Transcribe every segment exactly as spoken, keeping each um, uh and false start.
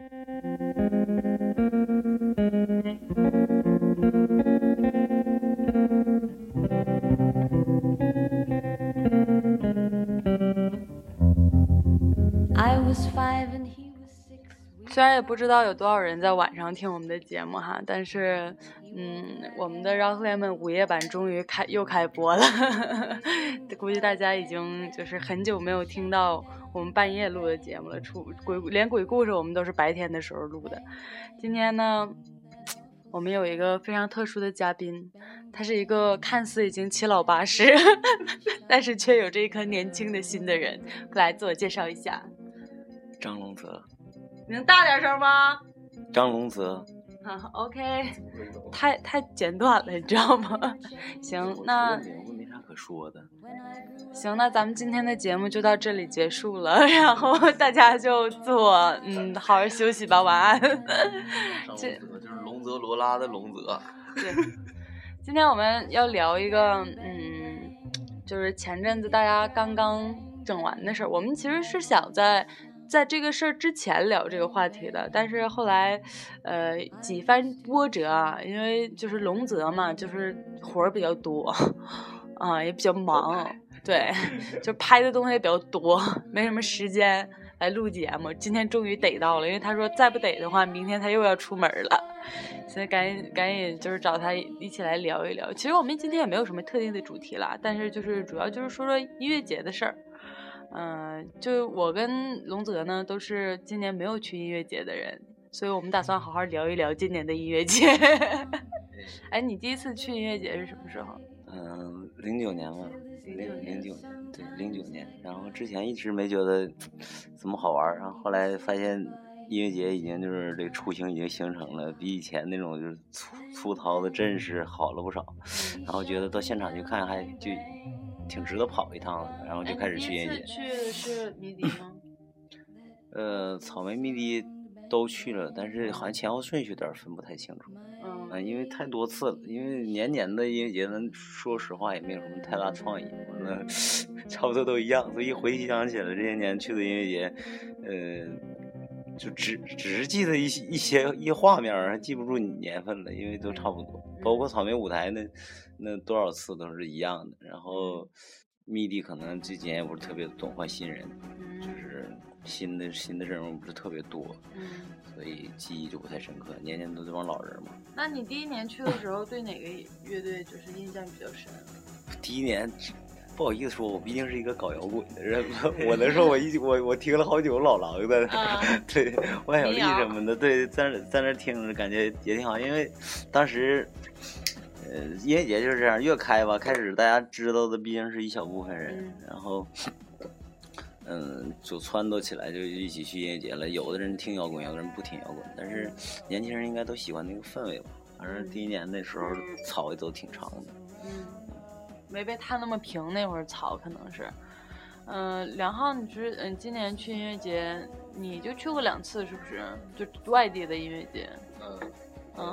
虽然也不知道有多少人在晚上听我们的节目哈，但是嗯，我们的 Rock Lemon 午夜版终于开又开播了估计大家已经就是很久没有听到我们半夜录的节目了，出鬼连鬼故事我们都是白天的时候录的。今天呢我们有一个非常特殊的嘉宾，他是一个看似已经七老八十但是却有着一颗年轻的心的人。来自我介绍一下。 张龙泽。 你能大点声吗？ 张龙泽。 啊 OK 太太简短了你知道吗？行，那没啥可说的。 行，那咱们今天的节目就到这里结束了，然后大家就自我嗯好好休息吧，晚安这就是龙泽罗拉的龙泽。 对，今天我们要聊一个嗯就是前阵子大家刚刚整完的事儿。我们其实是想在在这个事儿之前聊这个话题的，但是后来呃几番波折啊，因为就是龙泽嘛，就是活儿比较多啊，也比较忙，对，就拍的东西也比较多，没什么时间来录节目。今天终于逮到了，因为他说再不逮的话明天他又要出门了，所以赶紧赶紧就是找他一起来聊一聊。其实我们今天也没有什么特定的主题啦，但是就是主要就是说说音乐节的事儿。嗯、呃，就我跟龙泽呢都是今年没有去音乐节的人，所以我们打算好好聊一聊今年的音乐节。哎，你第一次去音乐节是什么时候？ 嗯，零九年嘛，零零九年，对，零九年。然后之前一直没觉得怎么好玩，然后后来发现音乐节已经就是这个雏形已经形成了，比以前那种就是粗粗糙的阵势好了不少。然后觉得到现场去看还就挺值得跑一趟的，然后就开始去音乐节。 去的是迷笛吗？ 呃，草莓迷笛都去了，但是好像前后顺序有点分不太清楚。 嗯、 呃，因为太多次了，因为年年的音乐节呢，说实话也没有什么太大创意，那差不多都一样。所以回想起来这些年去的音乐节，呃，就只只是记得一些一些一些画面，还记不住年份了，因为都差不多。包括草莓舞台那那多少次都是一样的。然后迷笛可能这几年也不是特别懂换新人，就是新的新的阵容不是特别多， 嗯， 所以记忆就不太深刻，年年都这帮老人嘛。 那你第一年去的时候对哪个乐队就是印象比较深？ 第一年不好意思说，我毕竟是一个搞摇滚的人，我能说我一我我听了好久老狼的，啊、对，万晓利什么的，对，在那在那听着感觉也挺好，因为当时呃音乐节就是这样，越开吧，开始大家知道的毕竟是一小部分人，嗯、然后嗯就撺掇起来就一起去音乐节了。有的人听摇滚，有的人不听摇滚，但是年轻人应该都喜欢那个氛围吧。反正第一年那时候草也都挺长的， 嗯。没被他那么平，那会儿草可能是，嗯、呃，梁浩，你是嗯，今年去音乐节，你就去过两次，是不是？就外地的音乐节。 嗯嗯。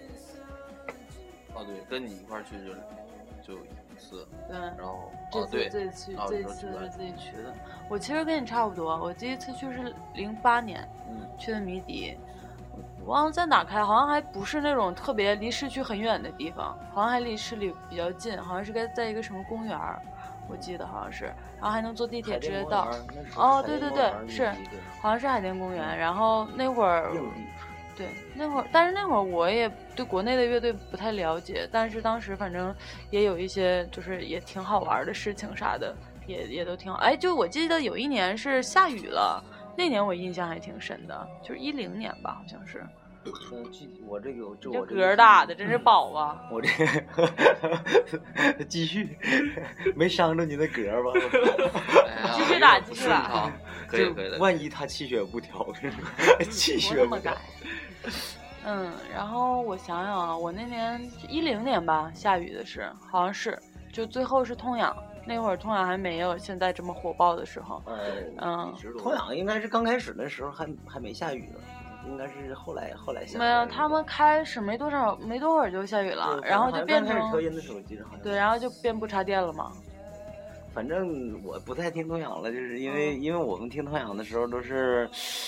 哦，对，跟你一块儿去就就一次。 对。 然后， 这次、 哦、对， 这次、 哦、 这次是自己去的。我其实跟你差不多，我第一次去是零八年，嗯，去的迷笛。我忘了在哪开，好像还不是那种特别离市区很远的地方，好像还离市里比较近，好像是该在一个什么公园，我记得好像是，然后还能坐地铁直接到。哦，对对对，是，好像是海淀公园。然后那会儿，对，那会儿，但是那会儿我也对国内的乐队不太了解，但是当时反正也有一些就是也挺好玩的事情啥的，也也都挺好。哎，就我记得有一年是下雨了。那年我印象还挺深的，就是一零年吧，好像是。 嗯，具体我这个这我这歌大的真是宝啊！ 我这个继续，没伤着你的歌吧？ 继续打，继续打。 可以可以的。 万一他气血不调，气血不调。 嗯，然后我想想啊，我那年一零年吧，下雨的是，好像是，就最后是痛痒。那会儿痛痒还没有现在这么火爆的时候，嗯， 痛痒应该是刚开始的时候还还没下雨呢，应该是后来后来下雨。 没有，他们开始没多少没多会儿就下雨了，然后就变成调音的时候记得好像对，然后就变不插电了嘛。 反正我不太听痛痒了，就是因为、嗯、因为我们听痛痒的时候都是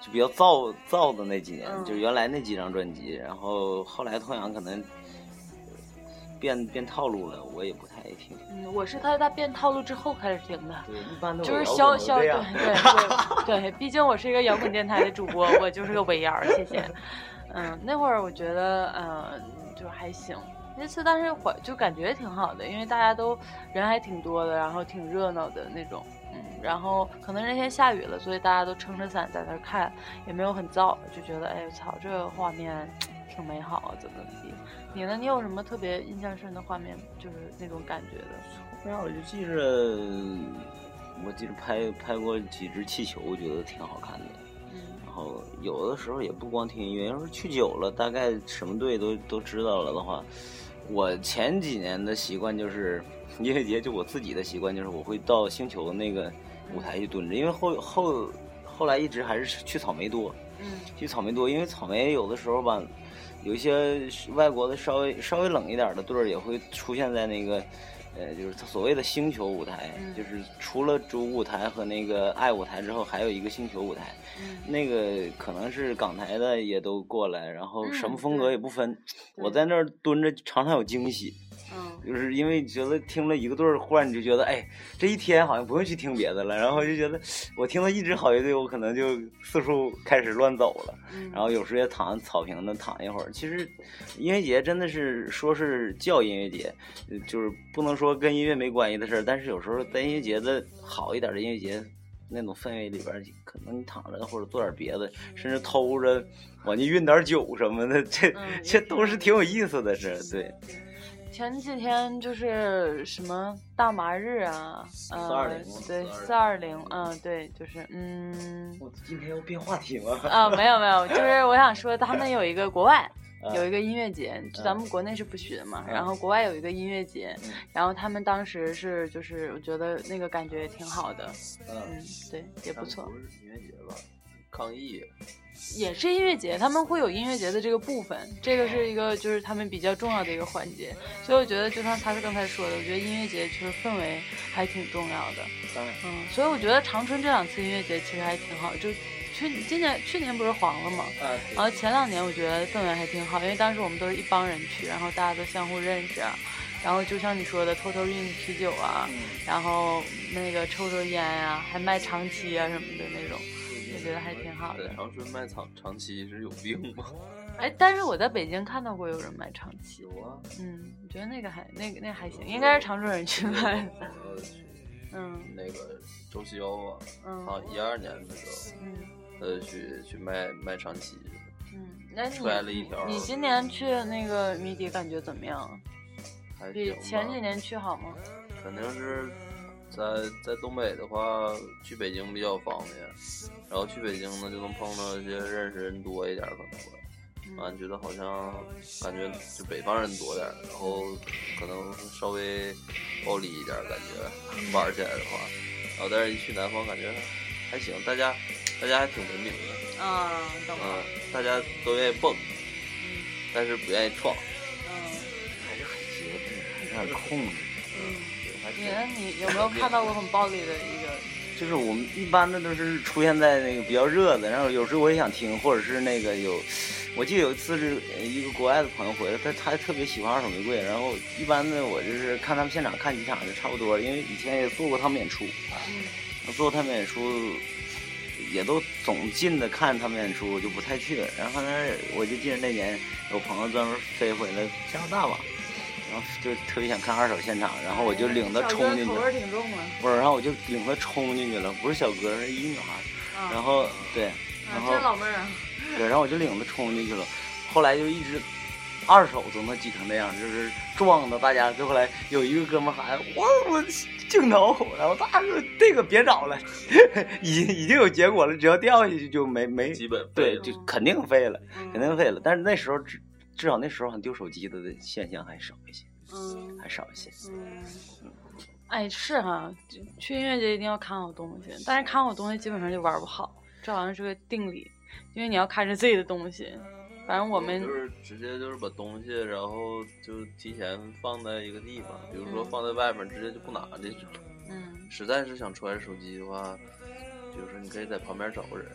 就比较燥燥的那几年， 嗯、 就是原来那几张专辑，然后后来痛痒可能变变套路了，我也不太听。 嗯，我是他他变套路之后开始听的。 对，一般都就是消消对对对对，毕竟我是一个摇滚电台的主播，我就是个尾牙，谢谢。嗯，那会儿我觉得嗯就还行。那次但是就感觉挺好的，因为大家都人还挺多的，然后挺热闹的那种。嗯，然后可能那天下雨了，所以大家都撑着伞在那看，也没有很燥，就觉得哎操，这个画面挺美好啊，怎么怎么地。你呢？你有什么特别印象深的画面，就是那种感觉的？ 后面我就记着，我记着拍拍过几只气球，我觉得挺好看的。 嗯， 然后有的时候也不光听音乐，要是去久了，大概什么队都都知道了的话，我前几年的习惯就是音乐节，就我自己的习惯就是我会到星球那个舞台去蹲着，因为后后后来一直还是去草莓多， 嗯， 去草莓多，因为草莓有的时候吧，有一些外国的稍微稍微冷一点的队儿也会出现在那个。呃，就是他所谓的星球舞台， 嗯、 就是除了主舞台和那个爱舞台之后，还有一个星球舞台。 嗯、 那个可能是港台的也都过来，然后什么风格也不分。 嗯、 我在那儿蹲着，常常有惊喜。 嗯， 就是因为觉得听了一个队儿，忽然你就觉得，哎，这一天好像不用去听别的了，然后就觉得我听了一支好乐队，我可能就四处开始乱走了。 嗯、 然后有时也躺草坪的躺一会儿。其实音乐节真的是说是叫音乐节，就是不能说跟音乐没关系的事儿，但是有时候在音乐节的好一点的音乐节那种氛围里边，可能你躺着或者做点别的，甚至偷着往进运点酒什么的，这、嗯、这都是挺有意思的事。对， 前几天就是什么大麻日啊， 四二零， 对，四二零，嗯，对，就是嗯。 我今天要变话题吗？ 啊，没有没有，就是我想说，他们有一个国外。有一个音乐节，就咱们国内是不许的嘛， 嗯、 然后国外有一个音乐节，嗯、然后他们当时是就是我觉得那个感觉也挺好的，嗯，嗯对，也不错。 不是音乐节吧？抗议也是音乐节，他们会有音乐节的这个部分，这个是一个就是他们比较重要的一个环节，所以我觉得就像他是刚才说的，我觉得音乐节其实氛围还挺重要的，嗯，所以我觉得长春这两次音乐节其实还挺好，就。去今年去年不是黄了吗？ 啊， 然后前两年我觉得氛围还挺好，因为当时我们都是一帮人去，然后大家都相互认识啊，然后就像你说的，偷偷运啤酒啊， 嗯、 然后那个抽抽烟啊，还卖长期啊什么的那种，我觉得还挺好的。 在长春卖长长期是有病吗？ 哎，但是我在北京看到过有人卖长期。 有啊。 嗯，我觉得那个还那个那个还行，应该是长春人去卖的。 嗯，那个周西欧啊， 嗯， 啊，一二年的时候， 嗯。 呃，去去卖卖长期， 嗯，那你揣了一条。 你今年去那个迷笛感觉怎么样？ 还比前几年去好吗？ 肯定是在在东北的话，去北京比较方便，然后去北京呢就能碰到一些认识人多一点，可能会，啊，觉得好像感觉就北方人多点，然后可能稍微暴力一点感觉，玩起来的话，然后但是一去南方感觉还行，大家。大家还挺文明的啊，懂了。 嗯，大家都愿意蹦，嗯，但是不愿意撞。 嗯， 还是很节制，还是很控制。 嗯，你呢？你有没有看到过很暴力的一个？ 就是我们一般的都是出现在那个比较热的，然后有时候我也想听，或者是那个有，我记得有一次是一个国外的朋友回来，他他特别喜欢二手玫瑰，然后一般的我就是看他们现场看几场就差不多，因为以前也做过他们演出，嗯，做过他们演出。也都总近的看他们演出，我就不太去了。然后呢，我就记得那年有朋友专门飞回来加拿大吧，然后就特别想看二手现场，然后我就领他冲进去。 口味挺重啊。 不是，然后我就领他冲进去了，不是小哥，是一女孩。 啊、 然后对，然后、 啊、这老妹儿啊。 对，然后我就领他冲进去了。后来就一直二手都能挤成那样，就是撞的大家。最后来有一个哥们喊我我。镜头，然后他说这个别找了，已已经有结果了，只要掉下去就没没基本对，就肯定废了，嗯、肯定废了。但是那时候至至少那时候丢手机的现象还少一些， 嗯， 还少一些。 嗯，哎是哈，去音乐节一定要看好东西，但是看好东西基本上就玩不好，这好像是个定理，因为你要看着自己的东西。反正我们就是直接就是把东西，然后就提前放在一个地方，比如说放在外面，直接就不拿进去。 嗯， 实在是想揣着手机的话，比如说你可以在旁边找个人，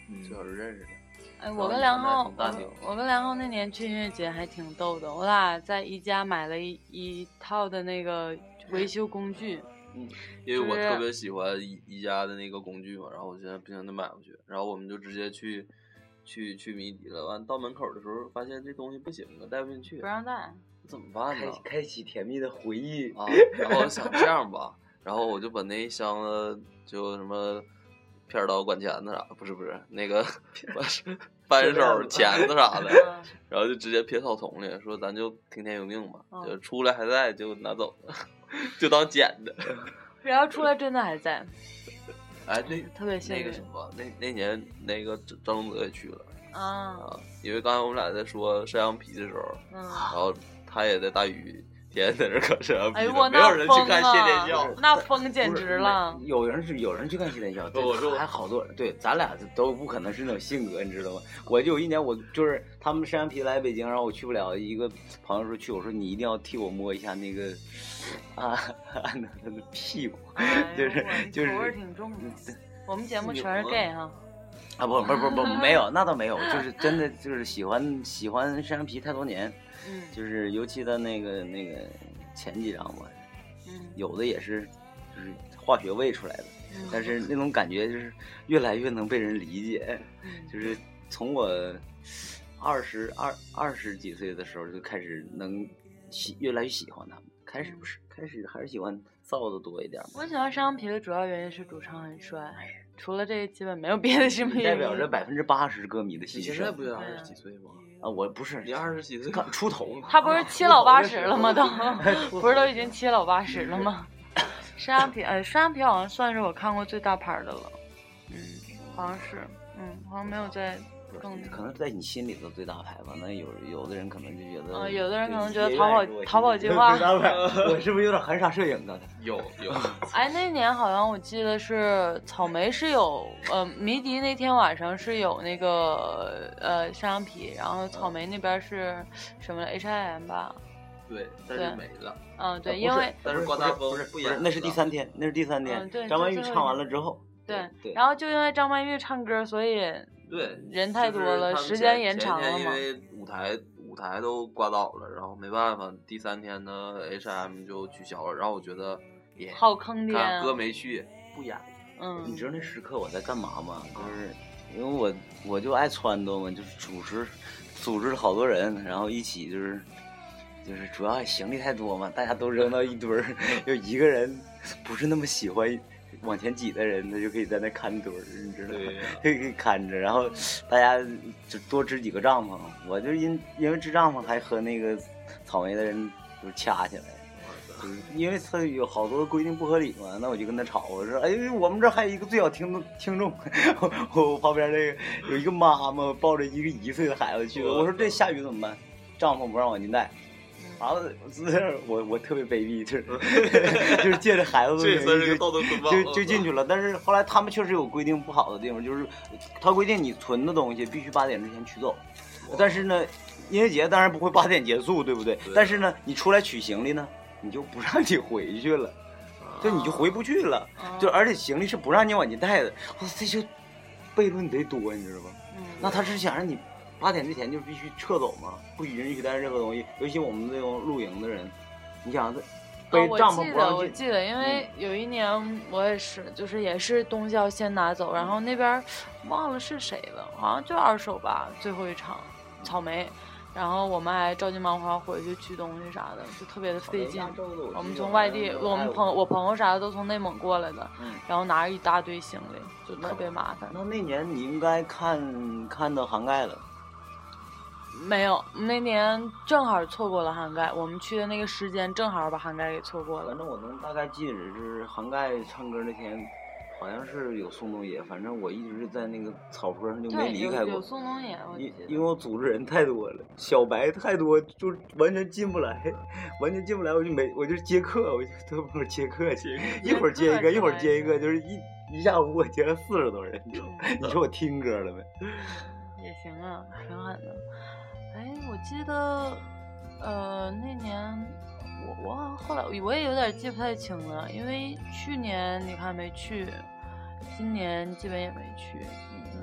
嗯，最好是认识的。 哎，我跟梁浩，我我跟梁浩那年去音乐节还挺逗的，我俩在宜家买了一一套的那个维修工具。 嗯，因为我特别喜欢宜宜家的那个工具嘛，然后我现在不行就买回去，然后我们就直接去去去迷笛了。完到门口的时候，发现这东西不行了，带不进去， 不让带， 怎么办呢？ 开开启甜蜜的回忆啊！然后我想这样吧，然后我就把那一箱子就什么片刀、管钳子啥，不是不是那个扳手、钳子啥的，然后就直接撇草丛里，说咱就听天由命吧， 嗯、 就出来还在就拿走了，就当捡的。 然后出来真的还在。 哎，那特别幸运。 那个什么，那那年那个张宗泽也去了啊啊，因为刚才我们俩在说摄像皮的时候， 嗯， 然后他也在大雨。天天在这看摄像皮， 哎呦， 没有人去看谢天笑， 那疯简直了。 有人是有人去看谢天笑， 我说还好多人。对，咱俩都不可能是那种性格，你知道吗？我就有一年，我就是他们摄像皮来北京，然后我去不了，一个朋友说去，我说你一定要替我摸一下那个啊那他的屁股， 哎、 就是就是口味挺重的。我们节目全是 gay 哈。 啊不不不不没有，那倒没有，就是真的就是喜欢喜欢摄像皮太多年。 嗯， 就是尤其的那个那个前几张吧， 嗯， 有的也是就是化学喂出来的， 嗯、 但是那种感觉就是越来越能被人理解。 嗯、 就是从我二十二二十几岁的时候就开始能喜越来越喜欢他们，开始不是开始还是喜欢臊的多一点。 我喜欢摄像皮的主要原因是主唱很帅，除了这个基本没有别的什么原因。 代表着百分之八十歌迷的心声。 你现在不就二十几岁吗？ 啊，我不是， 你二十几岁出头， 他不是七老八十了吗？都不是都已经七老八十了吗？摄像皮，呃，摄像皮好像算是我看过最大牌的了，嗯，好像是，嗯，好像没有在更， 可能在你心里头最大牌吧。那有有的人可能就觉得， 啊、呃，有的人可能觉得淘宝淘宝计划， 我是不是有点含沙射影的？ 有有。 哎，那年好像我记得是草莓是有，呃，迷笛那天晚上是有那个呃摄像皮，然后草莓那边是什么 H I M 吧？ 对，但是没了。 嗯，对，因为但是刮大风不是不演， 那是第三天，那是第三天。 嗯、对， 张曼玉唱完了之后， 对对， 然后就因为张曼玉唱歌，所以对人太多了，时间延长了嘛。 因为舞台舞台都刮倒了，然后没办法，第三天呢 H M 就取消了。然后我觉得也好坑爹， 看歌没去不演。 嗯， 你知道那时刻我在干嘛吗？就是因为我我就爱撺掇嘛，就是组织组织了好多人，然后一起就是。就是主要行李太多嘛，大家都扔到一堆儿，有一个人不是那么喜欢往前挤的人，他就可以在那看堆儿，你知道吗？可以可以看着，然后大家就多支几个帐篷。我就因因为支帐篷还和那个草莓的人就掐起来，就是因为他有好多规定不合理嘛，那我就跟他吵，我说哎，我们这还有一个最小听众听众，我旁边那个有一个妈妈抱着一个一岁的孩子去的，我说这下雨怎么办？帐篷不让往进带。然后我我特别卑鄙，就是就是借着孩子的名义就就就进去了。但是后来他们确实有规定不好的地方，就是他规定你存的东西必须八点之前取走。但是呢，音乐节当然不会八点结束，对不对？ 对， 但是呢，你出来取行李呢，你就不让你回去了，就你就回不去了。就而且行李是不让你往进带的。哇，这就悖论得多，你知道吧？那他是想让你。八点之前就必须撤走嘛，不允许带任何东西，尤其我们这种露营的人，你想背帐篷不让进、 哦、我记得，我记得，因为有一年我也是，嗯、就是也是东西要先拿走，然后那边忘了是谁了，好像就二手吧，最后一场草莓，然后我们还着急忙慌回去取东西啥的，就特别的费劲。我们从外地，我们朋我朋友啥的都从内蒙过来的， 嗯、 然后拿着一大堆行李，就特别麻烦。 那那年你应该看看到涵盖了。 没有，那年正好错过了涵盖，我们去的那个时间正好把涵盖给错过了。 反正我能大概记着，就是涵盖唱歌那天，好像是有宋冬野，反正我一直在那个草坡上就没离开过。 有, 有宋冬野，我记得。 因为我组织人太多了，小白太多，就完全进不来，完全进不来，我就没，我就接客，我就特不接客去，一会儿接一个，一会儿接一个，就是一一下午我接了四十多人，嗯、你说我听歌了没？ 也行啊，挺狠的。哎，我记得，呃，那年我我好像后来我也有点记不太清了，因为去年你看没去，今年基本也没去。嗯，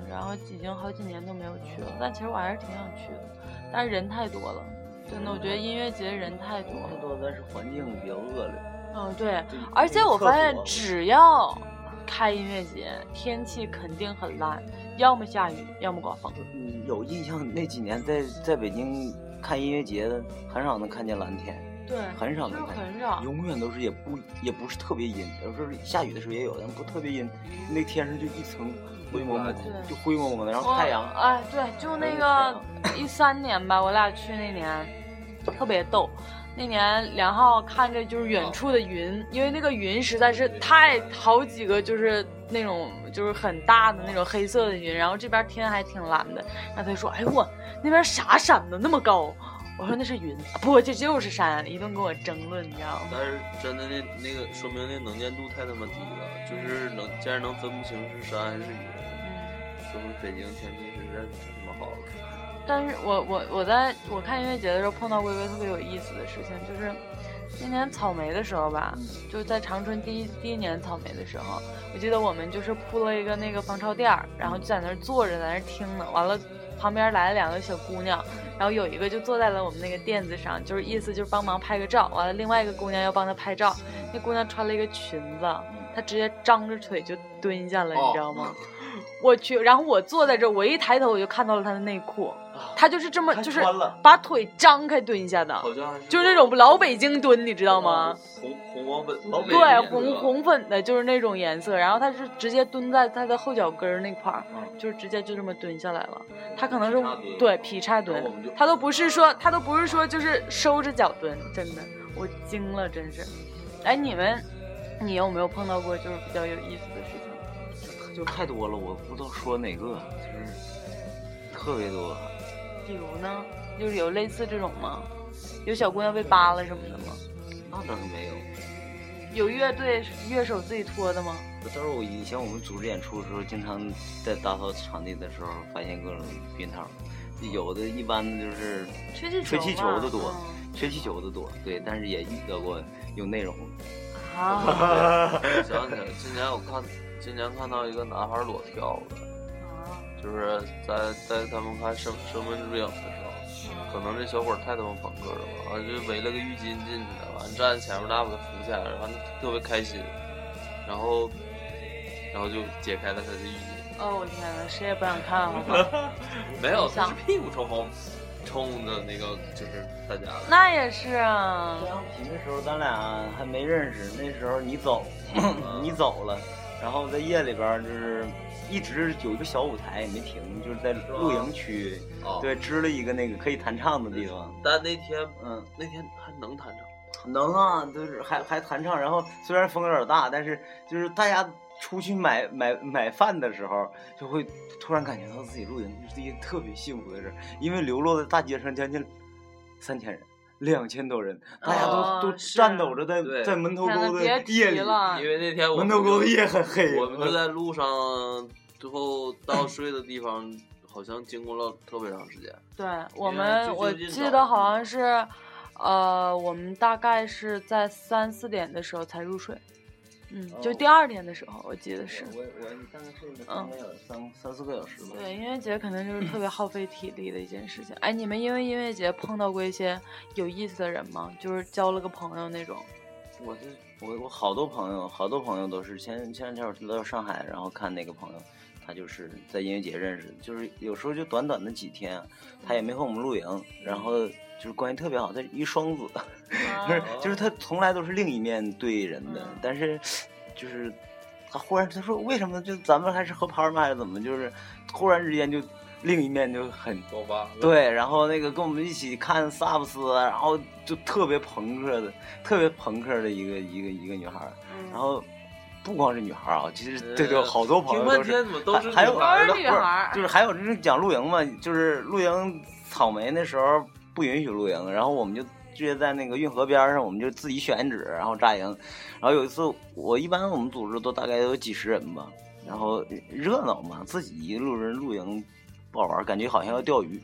然后已经好几年都没有去了，但其实我还是挺想去的，但是人太多了，真的，我觉得音乐节人太多了， 太多，但是环境比较恶劣。 嗯，对，而且我发现只要开音乐节，天气肯定很烂，要么下雨，要么刮风。 嗯，有印象那几年在在北京看音乐节的，很少能看见蓝天。 对， 很少能看见， 很少， 永远都是也不也不是特别阴，有时候下雨的时候也有，但不特别阴，那天上就一层灰蒙蒙，就灰蒙蒙的，然后太阳。 哎，对，就那个一三年吧，我俩去那年，特别逗。那年梁浩看着就是远处的云，因为那个云实在是太好几个就是那种就是很大的那种黑色的云，然后这边天还挺蓝的，然后他就说：“哎呦我那边啥山呢？那么高？”我说那是云，不，这就是山，一顿跟我争论，你知道吗？ 但是真的那那个说明那能见度太他妈低了，就是能竟然能分不清是山还是云，嗯，说明北京天气实在太他妈好了。 但是我我我在我看音乐节的时候碰到过一个特别有意思的事情，就是那年草莓的时候吧，就在长春第一第一年草莓的时候，我记得我们就是铺了一个那个防潮垫，然后就在那儿坐着，在那儿听呢，完了。旁边来了两个小姑娘，然后有一个就坐在了我们那个垫子上，就是意思就是帮忙拍个照。完了，另外一个姑娘要帮她拍照，那姑娘穿了一个裙子，她直接张着腿就蹲下了，你知道吗？我去，然后我坐在这，我一抬头我就看到了她的内裤，她就是这么就是把腿张开蹲下的， 好像就是那种老北京蹲，你知道吗？ 红红黄粉， 对，红红粉的，就是那种颜色。然后她是直接蹲在她的后脚跟那块儿，就是直接就这么蹲下来了。她可能是对劈叉蹲，她都不是说她都不是说就是收着脚蹲，真的，我惊了，真是。哎，你们，你有没有碰到过就是比较有意思的事情？ 就太多了，我不知道说哪个，就是特别多。 比如呢，就是有类似这种吗？有小姑娘被扒了什么的吗？ 那倒是没有。 有乐队乐手自己脱的吗？ 但是我以前我们组织演出的时候，经常在打扫场地的时候发现各种避孕套，有的一般的就是吹气球吹气球的多， 嗯、 吹气球的多，对，但是也遇到过有内容。 啊！ 我想起来，今年我看。今年看到一个男孩裸跳的，就是在在他们看生生门之影的时候，可能这小伙太他妈朋克了吧，完就围了个浴巾进去的，完站前面大把他扶起来了，完特别开心，然后然后就解开了他的浴巾。 哦，我天哪，谁也不想看好吧？ 没有，他是屁股冲红。冲的那个就是大家的， 那也是啊。 这样皮的时候咱俩还没认识，那时候你走，你走了。然后在夜里边就是一直有一个小舞台也没停，就是在露营区， 哦、 对，支了一个那个可以弹唱的地方。 但那天， 嗯， 那天还能弹唱， 能啊，就是还还弹唱。然后虽然风有点大，但是就是大家出去买买买饭的时候，就会突然感觉到自己露营是一件特别幸福的事，因为流落在大街上将近三千人。两千多人，大家都、哦、都颤抖着在在门头沟的夜里， 因为那天我门头沟的夜很黑， 我们就在路上，最后到睡的地方，好像经过了特别长时间。 对我们，我记得好像是，呃，我们大概是在三四点的时候才入睡。嗯，就第二天的时候，我记得是。 我我大概睡了三个小时，三三四个小时吧。 对，音乐节肯定就是特别耗费体力的一件事情。哎，你们因为音乐节碰到过一些有意思的人吗？就是交了个朋友那种。 我这我我好多朋友，好多朋友都是前前两天我到上海，然后看那个朋友，他就是在音乐节认识的，就是有时候就短短的几天，他也没和我们露营，然后就是关系特别好，他一双子。不是，就是他从来都是另一面对人的，嗯、但是就是他忽然他说为什么就咱们还是喝牌吗还是怎么，就是忽然之间就另一面就很对，然后那个跟我们一起看萨布斯，然后就特别朋克的特别朋克的一个一个一个女孩，嗯、然后不光是女孩啊，其实这就好多朋友都是， 嗯、都是还有都是女孩， 就是还有就是讲露营嘛，就是露营草莓那时候不允许露营，然后我们就直接在那个运河边上，我们就自己选址，然后扎营。然后有一次，我一般我们组织都大概有几十人吧，然后热闹嘛，自己一路人露营不好玩，感觉好像要钓鱼。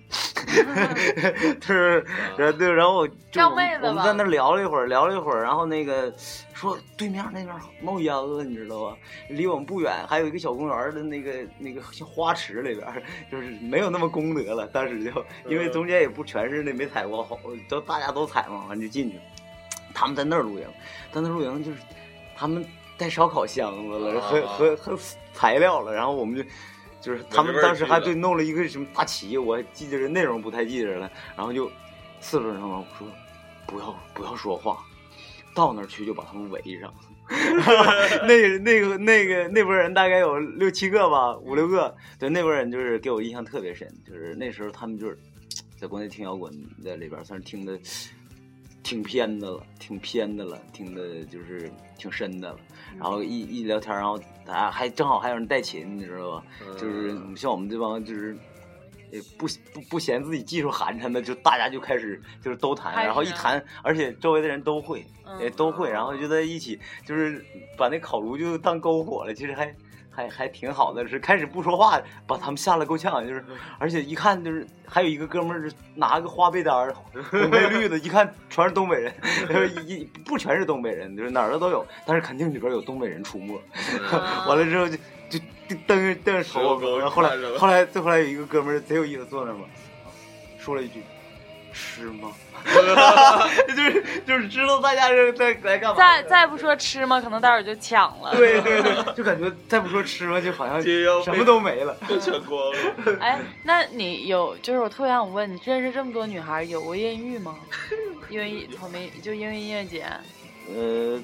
就是然后对，然后就我们我们在那聊了一会儿，聊了一会儿，然后那个说对面那边冒烟了，你知道吧？离我们不远还有一个小公园的那个那个像花池里边，就是没有那么功德了。当时就因为中间也不全是那没采过好，都大家都采嘛，完就进去。他们在那儿露营，在那儿露营就是他们带烧烤箱子了，和和和材料了，然后我们就。就是他们当时还对弄了一个什么大旗，我记得内容不太记着了，然后就四个人嘛，我说不要不要说话，到那儿去就把他们围上。那个那个那个那波人大概有六七个吧，五六个，对，那波人就是给我印象特别深，就是那时候他们就是在国内听摇滚在里边算是听的挺偏的了，挺偏的了，听的就是挺深的了。然后一一聊天，然后大家还正好还有人带琴，你知道吧？嗯、就是像我们这帮就是也不不不嫌自己技术寒碜的，就大家就开始就是都弹，然后一弹，而且周围的人都会，也都会，然后就在一起，就是把那烤炉就当篝火了，其实还。还还挺好的，是开始不说话，把他们吓了够呛，就是，而且一看就是还有一个哥们儿拿个花被单，红配绿的，一看全是东北人，一不全是东北人，就是哪儿的都有，但是肯定里边有东北人出没。完了之后就就瞪着瞪着头，然后后来后来最后来有一个哥们儿贼有意思，坐那儿嘛，说了一句：“吃吗？”就是就是知道大家是在来干嘛。 再再不说吃吗？可能待会儿就抢了。 对对对，就感觉再不说吃吗，就好像什么都没了， 被抢光了。 哎，那你有就是我特别想问你，认识这么多女孩，有过艳遇吗？因为我没就因为音乐节。 呃，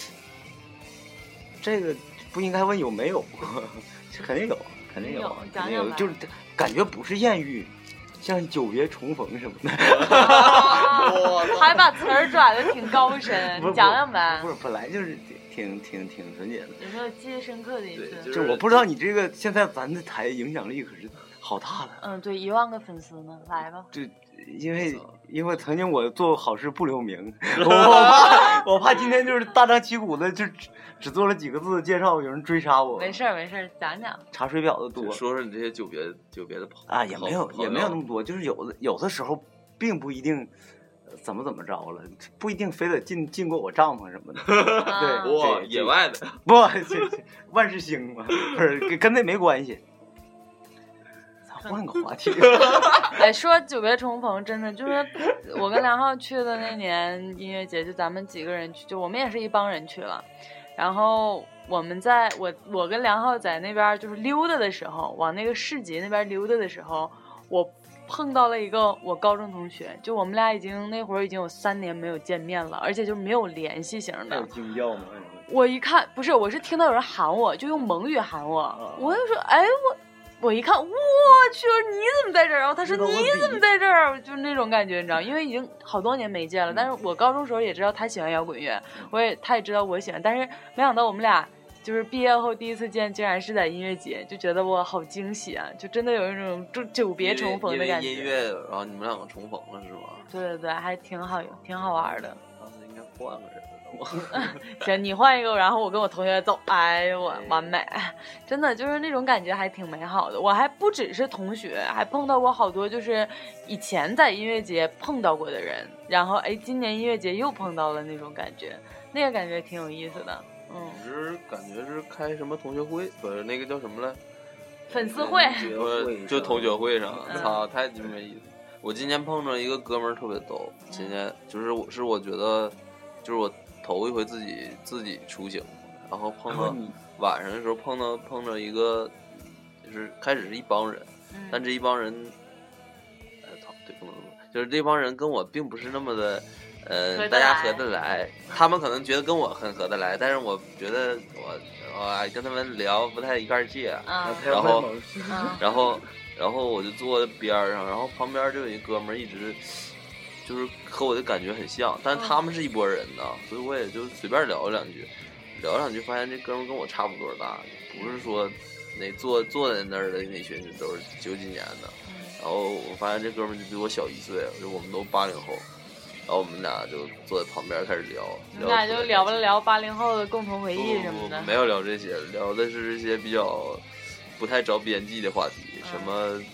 这个不应该问有没有，这肯定有，肯定有，肯定有，就是感觉不是艳遇。像久别重逢什么的， 还把词儿转的挺高深，你讲讲呗。 不是，本来就是挺挺挺纯洁的。 有没有记忆深刻的一次？ 就, 就是我不知道你这个现在咱的台影响力可是好大的。 嗯，对，一万个粉丝呢，来吧。 就因为因为曾经我做好事不留名，我怕我怕今天就是大张旗鼓的就只只做了几个字的介绍，有人追杀我。 没事没事，讲讲。 查水表的多， 说说你这些久别久别的朋啊，也没有也没有那么多，就是有的有的时候并不一定怎么怎么着了，不一定非得进进过我帐篷什么的。对， 哇，野外的不，万事兴嘛，不是跟那没关系。换个话题。 哎，说久别重逢，真的就是我跟梁浩去的那年音乐节，就咱们几个人去，就我们也是一帮人去了。然后我们在我我跟梁浩在那边就是溜达的时候，往那个市集那边溜达的时候，我碰到了一个我高中同学，就我们俩已经那会儿已经有三年没有见面了，而且就没有联系型的。 有惊叫吗？ 我一看不是，我是听到有人喊我，就用蒙语喊我，哦、我就说哎我。我一看，我去，你怎么在这儿？然后他说你怎么在这儿？就是那种感觉，你知道，因为已经好多年没见了。但是我高中时候也知道他喜欢摇滚乐，我也他也知道我喜欢，但是没想到我们俩就是毕业后第一次见，竟然是在音乐节，就觉得我好惊喜啊！就真的有一种就久别重逢的感觉。 音乐，然后你们两个重逢了是吗？ 对对对，还挺好，挺好玩的。 当时应该换个人。 行，你换一个，然后我跟我同学走。哎呦我完美，真的就是那种感觉还挺美好的。我还不只是同学，还碰到过好多就是以前在音乐节碰到过的人，然后哎今年音乐节又碰到了那种感觉，那个感觉挺有意思的。嗯， 是感觉是开什么同学会，不是那个叫什么来？ 粉丝会。 就同学会上，操、嗯，太鸡没意思。我今年碰着一个哥们儿特别逗，今年就是我是我觉得就是我。头一回自己自己出行，然后碰到晚上的时候碰到碰着一个，就是开始是一帮人，嗯、但这一帮人，哎操，对不能说，就是这帮人跟我并不是那么的，呃，大家合得来，他们可能觉得跟我很合得来，但是我觉得我我跟他们聊不太一块儿去， 啊、 然后、啊、然后然后我就坐在边上，然后旁边就有一哥们儿一直。就是和我的感觉很像，但他们是一拨人的，嗯、所以我也就随便聊了两句，聊两句发现这哥们跟我差不多大，不是说那坐坐在那儿的那群都是九几年的，然后我发现这哥们就比我小一岁，就我们都八零后，然后我们俩就坐在旁边开始聊， 你俩就聊了聊八零后的共同回忆什么的， 没有聊这些，聊的是一些比较不太着边际的话题，嗯、什么。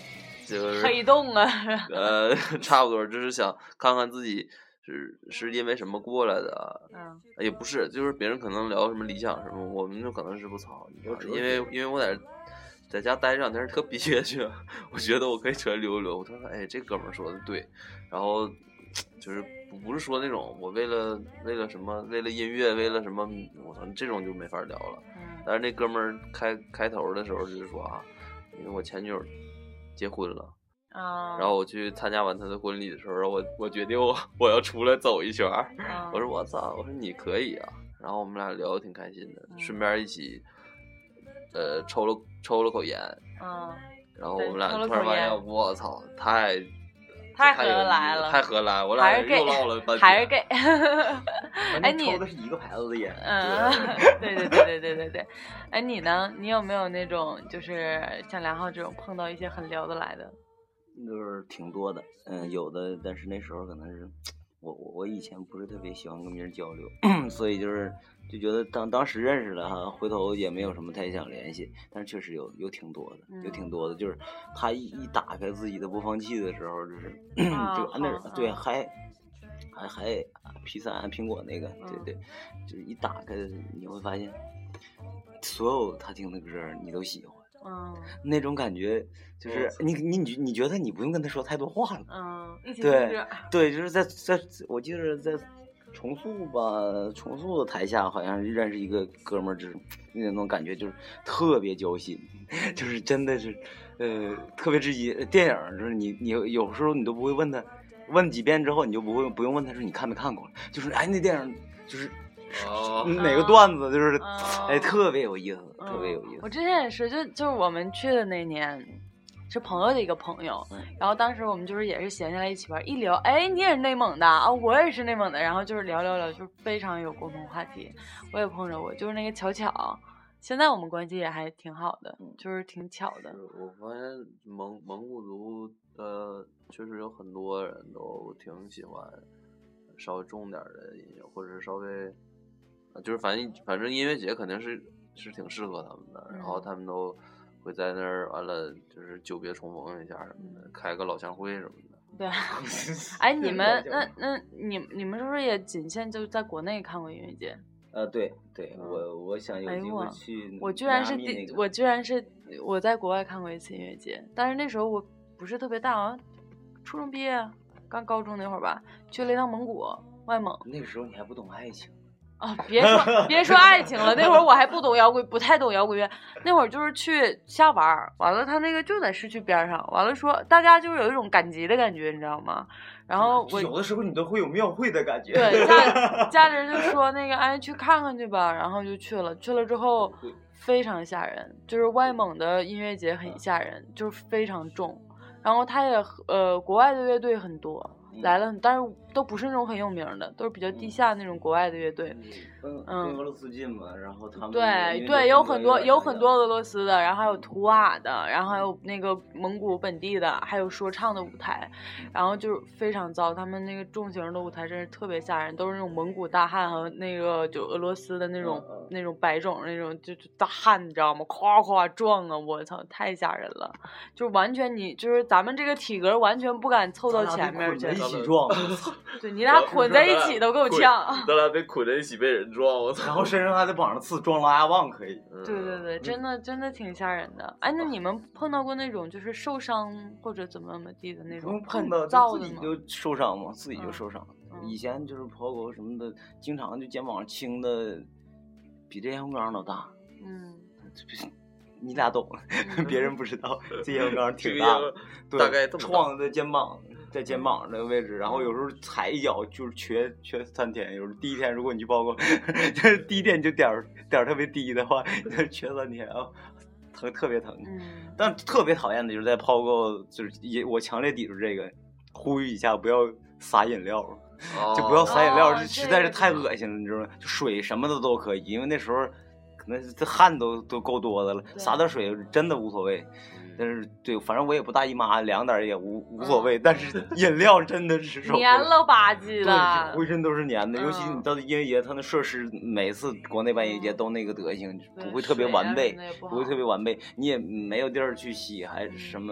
就是黑洞啊。 呃，差不多，就是想看看自己是是因为什么过来的。 嗯， 也不是，就是别人可能聊什么理想什么，我们就可能是不操，因为因为我在在家待这两天特憋屈，我觉得我可以出来溜一溜。我突然说，哎，这哥们儿说的对，然后就是不不是说那种我为了为了什么，为了音乐，为了什么，我操，这种就没法聊了。 嗯， 但是那哥们儿开开头的时候就是说啊，因为我前女友结婚了。 啊， 然后我去参加完他的婚礼的时候，我我决定我我要出来走一圈儿。 啊、 我说我操，我说你可以啊。然后我们俩聊得挺开心的，嗯、顺便一起，呃，抽了抽了口烟。 嗯。 然后我们俩突然发现，我操，太太合来了， 太合来，我俩又唠了半天。 还是给。 哎，你抽的是一个牌子的烟。 嗯，对对对对对对对。哎，你呢？你有没有那种就是像梁浩这种碰到一些很聊得来的？ 就是挺多的，嗯，有的，但是那时候可能是我我我以前不是特别喜欢跟别人交流，所以就是就觉得当当时认识了哈，回头也没有什么太想联系，但是确实有有挺多的，有挺多的，就是他一一打开自己的播放器的时候，就是就按那对还还还 P 三 苹果那个，对对，就是一打开你会发现，所有他听的歌你都喜欢。 嗯， 那种感觉就是你你你你觉得你不用跟他说太多话了， 嗯，一起对对，就是在在我记得在重塑吧，重塑的台下好像认识一个哥们儿，就是那种感觉就是特别交心，就是真的是呃特别知己。电影就是你你有时候你都不会问他，问几遍之后你就不会不用问他说你看没看过了，就是哎那电影就是。 哦， 哪个段子就是， 哦、 哎，特别有意思， 嗯、 特别有意思。 我之前也是，就就是我们去的那年，是朋友的一个朋友， 嗯、 然后当时我们就是也是闲下来一起玩，一聊，哎，你也是内蒙的啊，我也是内蒙的，然后就是聊聊聊，就非常有共同话题。我也碰着过，就是那个巧巧，现在我们关系也还挺好的， 嗯、 就是挺巧的。 我发现蒙蒙古族的确实有很多人都挺喜欢稍微重点的音乐，或者是稍微。就是反正反正音乐节肯定是是挺适合他们的，然后他们都会在那儿完了就是久别重逢一下什么的，开个老乡会什么的。 对，哎，你们那那你你们是不是也仅限就在国内看过音乐节？ 呃，对对，我我想有机会去、那个。 我居然是第，我居然是我在国外看过一次音乐节，但是那时候我不是特别大，好像初中毕业，刚高中那会儿吧，去了一趟蒙古外蒙。 那个时候你还不懂爱情。 啊、哦，别说别说爱情了，那会儿我还不懂摇滚，不太懂摇滚乐。那会儿就是去瞎玩，完了他那个就在市区边上，完了说大家就是有一种赶集的感觉，你知道吗？然后我有的时候你都会有庙会的感觉。 对，家家里人就说那个哎去看看去吧，然后就去了。去了之后非常吓人，就是外蒙的音乐节很吓人，就是非常重。然后他也呃国外的乐队很多。来了，但是都不是那种很有名的，都是比较地下那种国外的乐队。 嗯，跟俄罗斯近嘛，然后他们对对，有很多有很多俄罗斯的，然后还有图瓦的，然后还有那个蒙古本地的，还有说唱的舞台，然后就是非常糟。他们那个重型的舞台真是特别吓人，都是那种蒙古大汉和那个就俄罗斯的那种、嗯、那种白种那种就就大汉，你知道吗？夸夸撞啊！我操，太吓人了，就完全你就是咱们这个体格完全不敢凑到前面去。 一起撞， 对你俩捆在一起都够呛， 咱俩被捆在一起被人撞，我操！ 然后身上还得绑上刺，撞拉牙棒可以。 对对对，真的真的挺吓人的。哎，那你们碰到过那种就是受伤或者怎么怎么地的那种很燥的吗？ 自己就受伤嘛，自己就受伤。嗯、以前就是跑狗什么的，经常就肩膀青的比这烟灰缸都大。 嗯。 你俩懂，嗯、别人不知道，这烟灰缸挺大的，对， 大概这么撞在肩膀。在肩膀这个位置，然后有时候踩一脚就是缺缺三天。有时候第一天如果你去报告，就是第一天就点点特别低的话，缺三天啊，疼特别疼。 嗯， 但特别讨厌的就是在报告，就是也我强烈抵触这个，呼吁一下不要撒饮料， 哦、 就不要撒饮料， 哦、 这实在是太恶心了，你知道吗？就水什么的都可以，因为那时候可能这汗都都够多的了，撒点水真的无所谓。但是对，反正我也不大姨妈，凉点也无无所谓。嗯、但是饮料真的是黏了吧唧的， 对，浑身都是黏的。嗯、尤其你到音乐节，它的设施每次国内办音乐节都那个德行，嗯、不会特别完备， 不, 不会特别完备。你也没有地儿去洗，还是什么，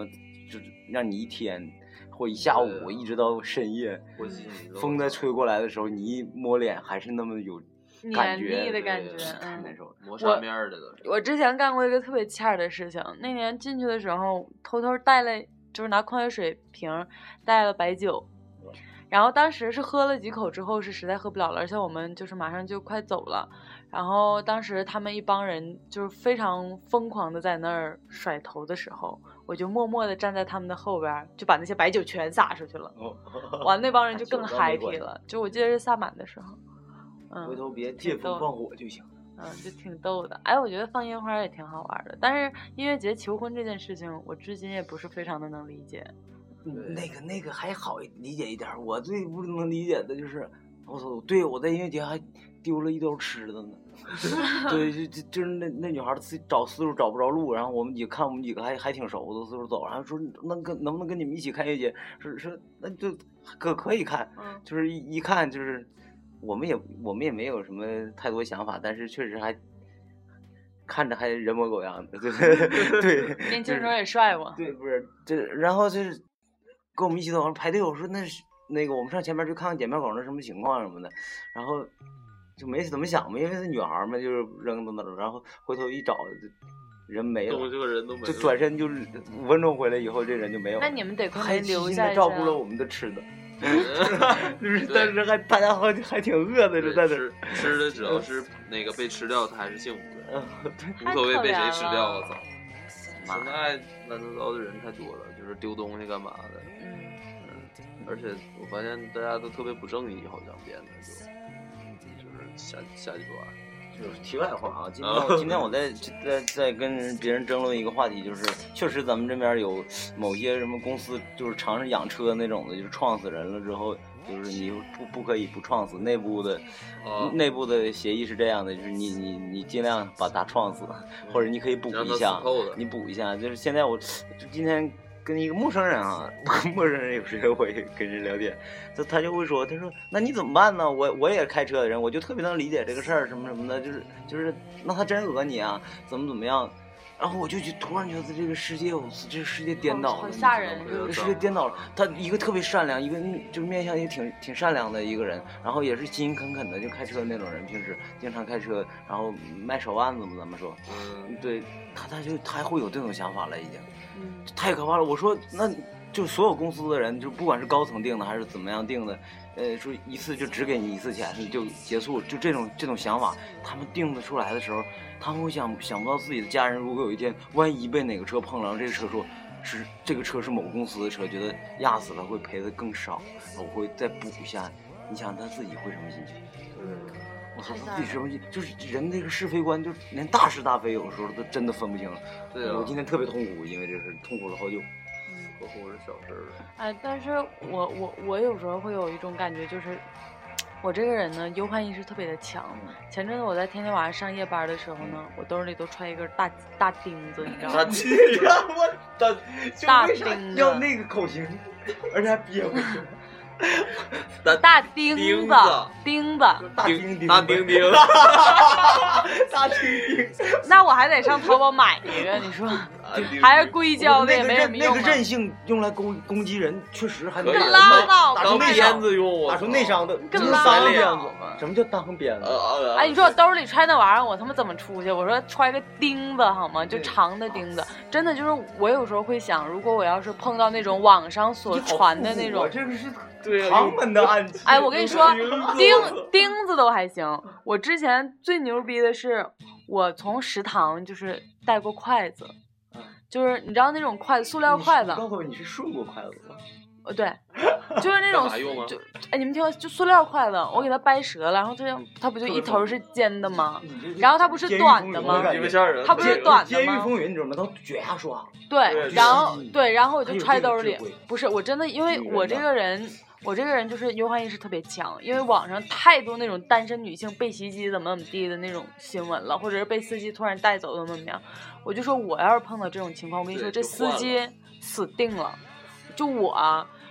就让你一天或一下午一直到深夜，风在吹过来的时候，你一摸脸还是那么有感觉黏腻的感觉， 嗯，难受。 磨砂面的都。 我之前干过一个特别欠儿的事情，那年进去的时候偷偷带了，就是拿矿泉水瓶带了白酒。然后当时是喝了几口之后是实在喝不了了，而且我们就是马上就快走了。然后当时他们一帮人就是非常疯狂的在那儿甩头的时候，我就默默的站在他们的后边，就把那些白酒全洒出去了。完，那帮人就更 happy 了。就我记得是萨满的时候，嗯， 回头别借风放火就行。 嗯，就挺逗的。哎，我觉得放烟花也挺好玩的，但是音乐节求婚这件事情，我至今也不是非常的能理解。 那个那个还好理解一点，我最不能理解的就是，我操，对我在音乐节还丢了一兜吃的呢。对，就就就是那那女孩自己找四处找不着路，然后我们几个看我们几个还还挺熟的，四处走，然后说能跟能不能跟你们一起看音乐节？说说那就可可以看，就是一一看就是我们也我们也没有什么太多想法，但是确实还。看着还人模狗样的，对对， 年轻时候也帅过， 对，不是这，然后就是跟我们一起走排队，我说那是那个我们上前面去看看检票口那什么情况什么的，然后就没怎么想嘛，因为是女孩嘛，就是扔到那儿，然后回头一找，人没了， 这个人都没了， 就转身就是五分钟回来以后，这人就没有了。 那你们得亏还留下， 照顾了我们的吃的。就是但是还大家还还挺饿的，就在这吃的只要是那个被吃掉，他还是幸福的， 无所谓被谁吃掉。我操！现在乱糟糟的人太多了，就是丢东西干嘛的。嗯嗯，而且我发现大家都特别不正义，好像变得就就是瞎瞎鸡巴。 就是题外话啊，今天我今天我在在在跟别人争论一个话题，就是确实咱们这边有某些什么公司就是尝试养车那种的，就是撞死人了之后，就是你不不可以不撞死，内部的、哦、内部的协议是这样的，就是你你你尽量把它撞死，或者你可以补一下，你补一下。就是现在我就今天跟一个陌生人啊，陌生人有时候我也跟人聊天，他他就会说，他说那你怎么办呢？我我也开车的人，我就特别能理解这个事儿，什么什么的，就是就是那他真讹你啊，怎么怎么样？然后我就觉突然觉得这个世界，这个世界颠倒了， 好吓人， 这个世界颠倒了。他一个特别善良，一个就是面相也挺挺善良的一个人，然后也是勤勤恳恳的，就开车那种人，平时经常开车，然后卖手腕子嘛，咱们说，嗯，对他他就他会有这种想法了，已经。太可怕了！我说，那就所有公司的人，就不管是高层定的还是怎么样定的，呃，说一次就只给你一次钱就结束，就这种这种想法，他们定得出来的时候，他们会想想不到自己的家人如果有一天万一被哪个车碰了，然后这个车说是这个车是某公司的车，觉得压死了会赔的更少，我会再补一下。你想他自己会什么心情？嗯。我操，自己什么就是人这个是非观，就连大是大非有时候都真的分不清。 对啊， 我今天特别痛苦，因为这事痛苦了好久。 嗯，呵护是小事儿。 哎，但是我我我有时候会有一种感觉，就是我这个人呢，忧患意识特别的强。前阵子我在天天晚上上夜班的时候呢，我兜里都揣一根大大钉子，你知道吗？ 大钉子，我大大钉子， 要那个口型，而且还憋回去。 大钉子，钉子， 大钉钉， 大钉钉， 大钉钉。 那我还得上淘宝买一个，你说，还是硅胶的也没什么用。 那个韧性用来攻攻击人，确实还可以。 拉倒吧， 打出内伤子用， 打出内伤的， 跟拉倒吧。 什么叫当鞭子？ 哎，你说我兜里揣那玩意儿，我他妈怎么出去？我说揣个钉子好吗？就长的钉子，真的就是我有时候会想，如果我要是碰到那种网上所传的那种， 这个是。唐门的暗器。 哎，我跟你说，钉钉子都还行。我之前最牛逼的是，我从食堂就是带过筷子，就是你知道那种筷子，塑料筷子。 告诉我你是顺过筷子吗？ 呃，对，就是那种就哎，你们听我，就塑料筷子，我给它掰折了，然后它它不就一头是尖的吗？然后它不是短的吗？它不是短的吗？ 监狱风云，你知道吗？它卷牙刷。 对，然后对，然后我就揣兜里。不是，我真的，因为我这个人。我这个人就是忧患意识特别强，因为网上太多那种单身女性被袭击怎么怎么地的那种新闻了，或者是被司机突然带走怎么怎么样，我就说我要是碰到这种情况，我跟你说这司机死定了。就我啊，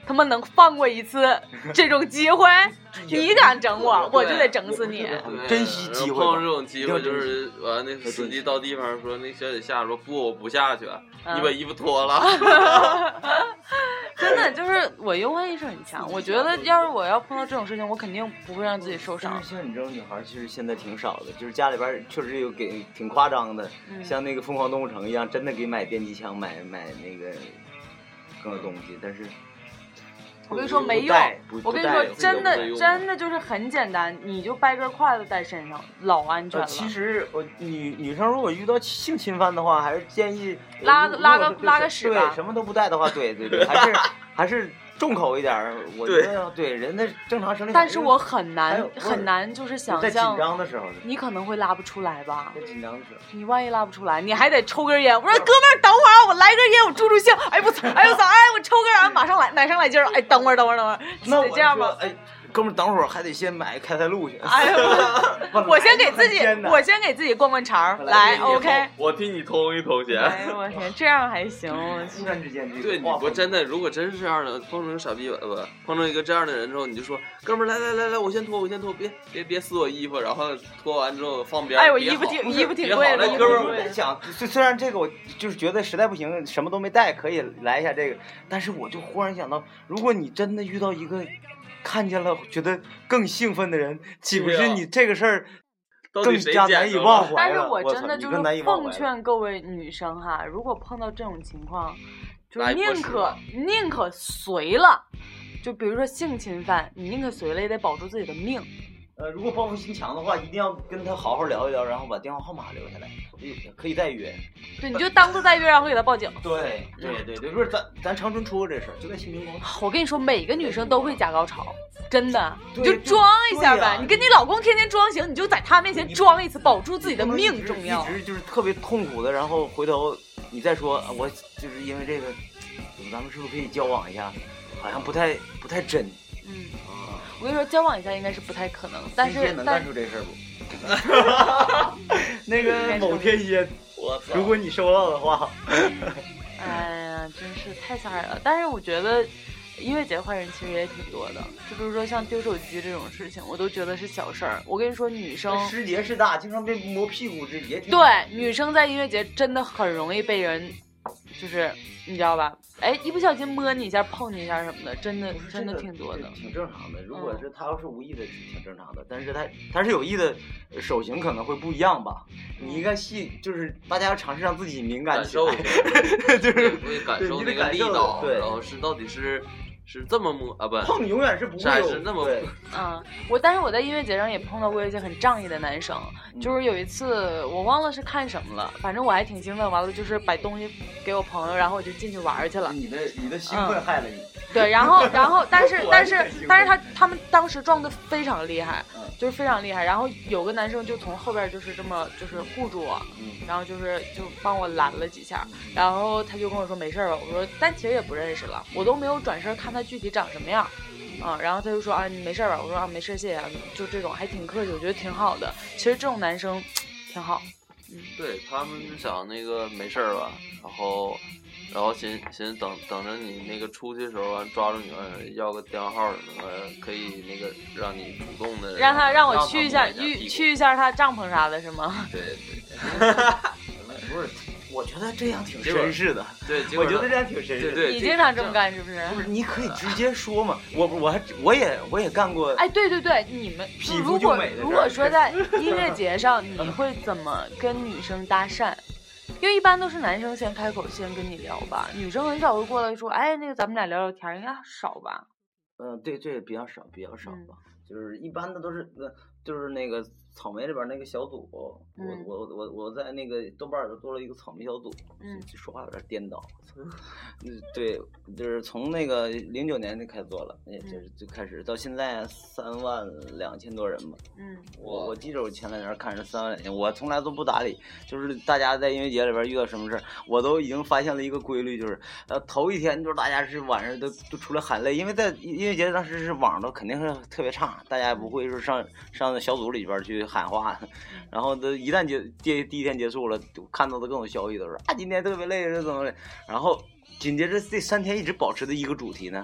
他们能放过一次这种机会？你敢整我，我就得整死你！ 珍惜机会。 碰到这种机会，就是完那个司机到地方说，那小姐下说不，我不下去，你把衣服脱了。 真的就是我忧患意识很强，我觉得要是我要碰到这种事情，我肯定不会让自己受伤。 像你这种女孩，其实现在挺少的，就是家里边确实有给挺夸张的，嗯、像那个疯狂动物城一样，真的给买电击枪，买买那个各种东西，但是。 我跟你说没用，我跟你说真的真的就是很简单，你就掰根筷子带身上，老安全了。 呃、其实我女女生如果遇到性侵犯的话，还是建议拉拉个拉个屎吧， 对，什么都不带的话，对对对，还是还是重口一点。我觉得对人的正常生理。 但是我很难很难就是想象， 在紧张的时候， 你可能会拉不出来吧？ 在紧张的时候， 你万一拉不出来，你还得抽根烟。我说哥们儿，等会儿我来根烟，我助助兴。哎我操，哎我操，哎我抽根烟，马上来，马上来劲儿了。哎等会儿等会儿等会儿， 那得这样吧？ 哎。哥们，等会儿还得先买开塞露去。 哎呀，我先给自己，我先给自己灌灌肠，来 ，OK。 我替你通一通先。 哎呦我天，这样还行。 突然之间， 对，你不真的，如果真是这样的，碰上个傻逼不，碰上一个这样的人之后，你就说，哥们儿，来来来来，我先脱，我先脱，别别别撕我衣服，然后脱完之后放边。 哎，我衣服挺衣服挺贵的。 哥们儿，我在想，虽然这个我就是觉得实在不行，什么都没带，可以来一下这个，但是我就忽然想到，如果你真的遇到一个。看见了，觉得更兴奋的人，岂不是你这个事儿更加难以忘怀了？ 但是我真的就是奉劝各位女生哈，如果碰到这种情况，就是宁可宁可随了，就比如说性侵犯，你宁可随了也得保住自己的命。 呃，如果报复心强的话，一定要跟他好好聊一聊，然后把电话号码留下来，可以再约。 对，你就当做再约，然后给他报警。 对对对对，不是咱咱长春出过这事儿，就在新民工。 我跟你说，每个女生都会假高潮，真的，你就装一下呗。你跟你老公天天装行，你就在他面前装一次，保住自己的命重要。 一直就是特别痛苦的，然后回头你再说，我就是因为这个，咱们是不是可以交往一下？好像不太不太真。 嗯。我跟你说，交往一下应该是不太可能，但是能干出这事儿不？那个某天蝎，如果你收到的话， 哎呀，真是太吓人了。但是我觉得音乐节坏人其实也挺多的，就比如说像丢手机这种事情，我都觉得是小事儿。我跟你说，女生失节事大，经常被摸屁股，这也挺对。女生在音乐节真的很容易被人，就是你知道吧？哎，一不小心摸你一下、碰你一下什么的，真的真的挺多的， 挺正常的。如果是他要是无意的，是挺正常的，但是他他是有意的，手型可能会不一样吧。你应该细，就是大家要尝试让自己敏感起来，就是会感受那个力道，然后是到底是。是这么摸啊不？ 碰你永远是不会有， 是那么嗯，我但是我在音乐节上也碰到过一些很仗义的男生，嗯、就是有一次我忘了是看什么了，反正我还挺兴奋，完了就是把东西给我朋友，然后我就进去玩去了。 你的你的兴奋害了你。 嗯、对，然后然后但是但是但是他他们当时撞得非常厉害，嗯、就是非常厉害，然后有个男生就从后边就是这么就是护住我，嗯、然后就是就帮我拦了几下，嗯、然后他就跟我说没事吧，我说但其实也不认识了，我都没有转身看他具体长什么样，啊，然后他就说啊你没事吧？我说啊没事谢谢，就这种还挺客气，我觉得挺好的。其实这种男生挺好， 嗯，对他们是想那个没事吧，然后然后寻寻等等着你那个出去的时候完抓住你们要个电话号什么的，可以那个让你主动的让他让我去一下去去一下他帐篷啥的是吗？ 对对， 不是。我觉得这样挺绅士的， 对， 我觉得这样挺绅士的。 你经常这么干是不是？ 不是，你可以直接说嘛。我我还我也我也干过。 哎，对对对，你们皮肤就美的。 如果说在音乐节上，你会怎么跟女生搭讪？因为一般都是男生先开口，先跟你聊吧，女生很少会过来说，哎，那个咱们俩聊聊天，应该少吧？ 嗯，对，这也比较少，比较少吧。嗯、就是一般的都是呃，就是那个。草莓里边那个小组，嗯、我我我我在那个豆瓣里做了一个草莓小组，嗯，说话有点颠倒，嗯，对，就是从那个零九年就开始做了，也就是就开始到现在三万两千多人吧，嗯，我我记着我前两年看是三万两千，我从来都不搭理，就是大家在音乐节里边遇到什么事我都已经发现了一个规律，就是呃头一天就是大家是晚上都都出来喊累，因为在音乐节当时是网都肯定是特别差，大家也不会说上上小组里边去喊话，然后都一旦结第第一天结束了，看到的各种消息都是啊今天特别累是怎么累，然后紧接着这三天一直保持的一个主题呢，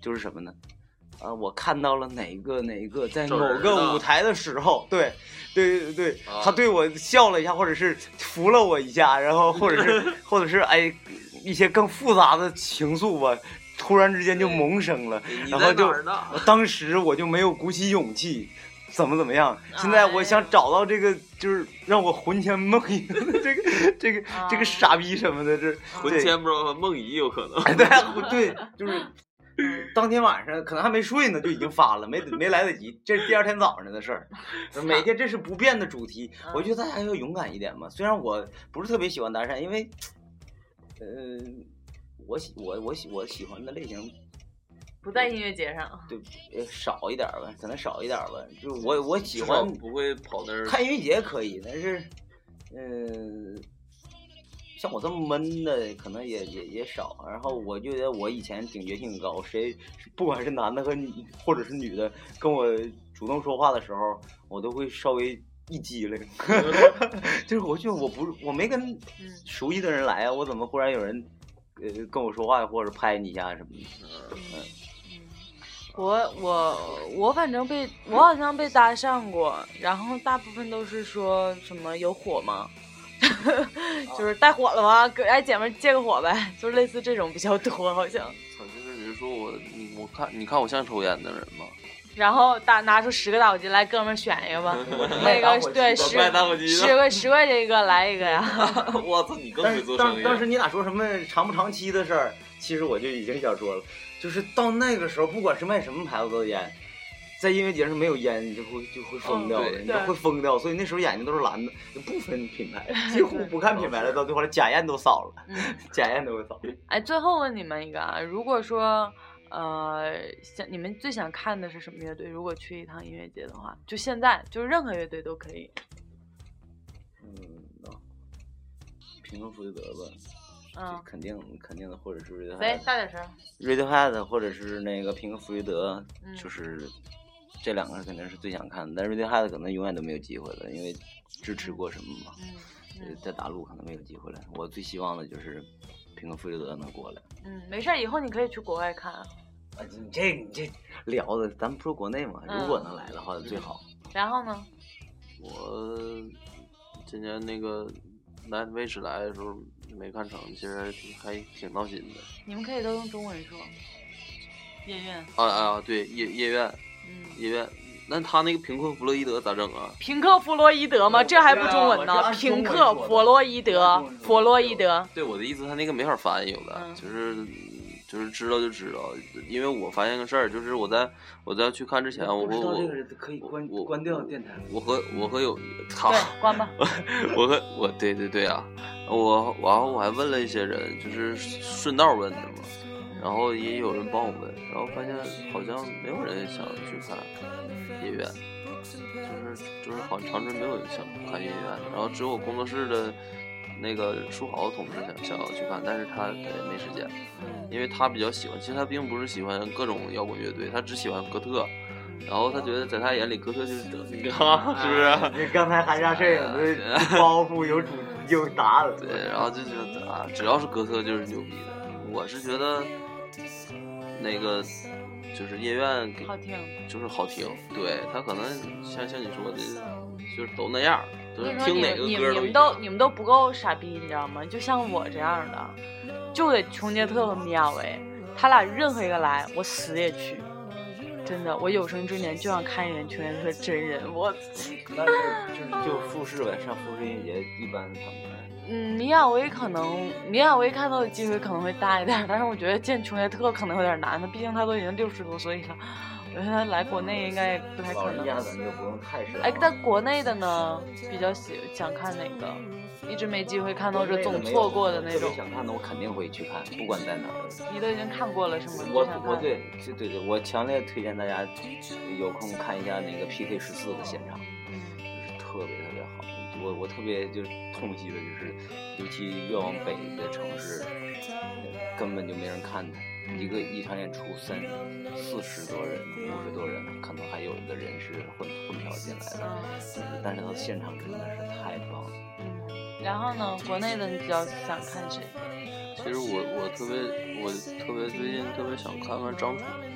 就是什么呢？啊，我看到了哪个哪个在某个舞台的时候，对，对对对，他对我笑了一下，或者是扶了我一下，然后或者是或者是哎一些更复杂的情愫吧，突然之间就萌生了，然后就当时我就没有鼓起勇气。怎么怎么样？现在我想找到这个，就是让我魂牵梦萦的这个这个这个傻逼什么的，这魂牵不知道梦遗有可能。 对对，就是当天晚上可能还没睡呢，就已经发了，没没来得及。这是第二天早上的事儿。每天这是不变的主题，我觉得大家要勇敢一点嘛。虽然我不是特别喜欢搭讪，因为，呃，我喜我我喜我喜欢的类型。 不在音乐节上， 对，呃，少一点吧，可能少一点吧。就我我喜欢不会跑那儿看音乐节可以，但是，嗯、呃，像我这么闷的，可能也也也少。然后我觉得我以前警觉性高，谁不管是男的和女，或者是女的，跟我主动说话的时候，我都会稍微一激灵。就是我觉得我不我没跟熟悉的人来啊，我怎么忽然有人呃跟我说话或者拍你一下什么的？嗯。 我我我反正被我好像被搭讪过，然后大部分都是说什么有火吗？就是带火了吗？给哎姐妹借个火呗，就是类似这种比较多，好像。 操，就是你是说我你我看你看我像抽烟的人吗？ 然后打拿出十个打火机来，哥们儿选一个吧。那个对十十块十块钱一个来一个呀。 我操，你更会做生意。 当时你俩说什么长不长期的事儿，其实我就已经想说了。就是到那个时候，不管是卖什么牌子的烟，在音乐节上没有烟，你就会就会疯掉的， 嗯、 你就会疯掉。所以那时候眼睛都是蓝的，就不分品牌，几乎不看品牌了。到最后，假烟都扫了，嗯、假烟都会扫。 哎，最后问你们一个啊，如果说呃，想你们最想看的是什么乐队？如果去一趟音乐节的话，就现在，就是任何乐队都可以。 嗯，那平衡福特德吧。 嗯， 肯定肯定的，或者是 Radiohead， 谁大点声 Radiohead 或者是那个平克·弗雷德， 嗯、 就是这两个肯定是最想看的。但是 Radiohead 可能永远都没有机会了，因为支持过什么嘛， 嗯嗯、 在大陆可能没有机会了。我最希望的就是平克·弗雷德能过来。 嗯，没事，以后你可以去国外看。啊， 你这你这聊的，咱们不说国内嘛？ 嗯、 如果能来的话，最好。 然后呢？ 我今年那个 Nightwish 来的时候。没看成，其实还挺闹心的。 你们可以都用中文说。夜愿。 啊啊，对，夜夜愿， 嗯， 夜愿。那他那个平克·弗洛伊德咋整啊？ 平克·弗洛伊德吗？这还不中文呢？平克·弗洛伊德，弗洛伊德。 对，我的意思，他那个没法翻译，有的、嗯、就是就是知道就知道。因为我发现个事儿，就是我在我在去看之前，我和我这个人可以关我关掉电台。 我和我和有他对关吧。 我和我对对对啊。我然后我还问了一些人，就是顺道问的嘛，然后也有人帮我问，然后发现好像没有人想去看夜愿，就是就是好像长春没有人想看夜愿，然后只有我工作室的那个书豪同志想想要去看，但是他也没时间，因为他比较喜欢，其实他并不是喜欢各种摇滚乐队，他只喜欢哥特。然后他觉得在他眼里哥特就是德行，是不是？ 你刚才还让摄影的包袱有主有答的。 对，然后就觉得啊，只要是哥特就是牛逼的。我是觉得那个就是夜愿好听， 就是好听。对他可能像像你说的，就是都那样，都是听哪个歌都一样。 你们都你们都不够傻逼，你知道吗？就像我这样的，就得琼杰特和米娅维，他俩任何一个来，我死也去。真的，我有生之年就想看一眼琼杰特真人。我那就就是就复试呗，上复试音乐节一般他们。 嗯，米娅维可能米娅维看到的机会可能会大一点，但是我觉得见琼杰特可能有点难，他毕竟他都已经六十多岁了，我觉得他来国内应该不太可能。 老人家咱就不用太奢望。 哎，但国内的呢，比较喜想看哪个？一直没机会看到，这总错过的那种。 想看的我肯定会去看，不管在哪儿。 你都已经看过了是吗？ 我我对对对对，我强烈推荐大家有空看一下那个 P K 十四的现场，就是特别特别好。我我特别就是痛惜的就是，尤其越往北的城市，根本就没人看他。一个一场演出三四十多人、五十多人，可能还有的人是混混票进来的，嗯、但是他现场真的是太棒了。 然后呢，国内的你比较想看谁？ 其实我我特别我特别最近特别想看看张楚。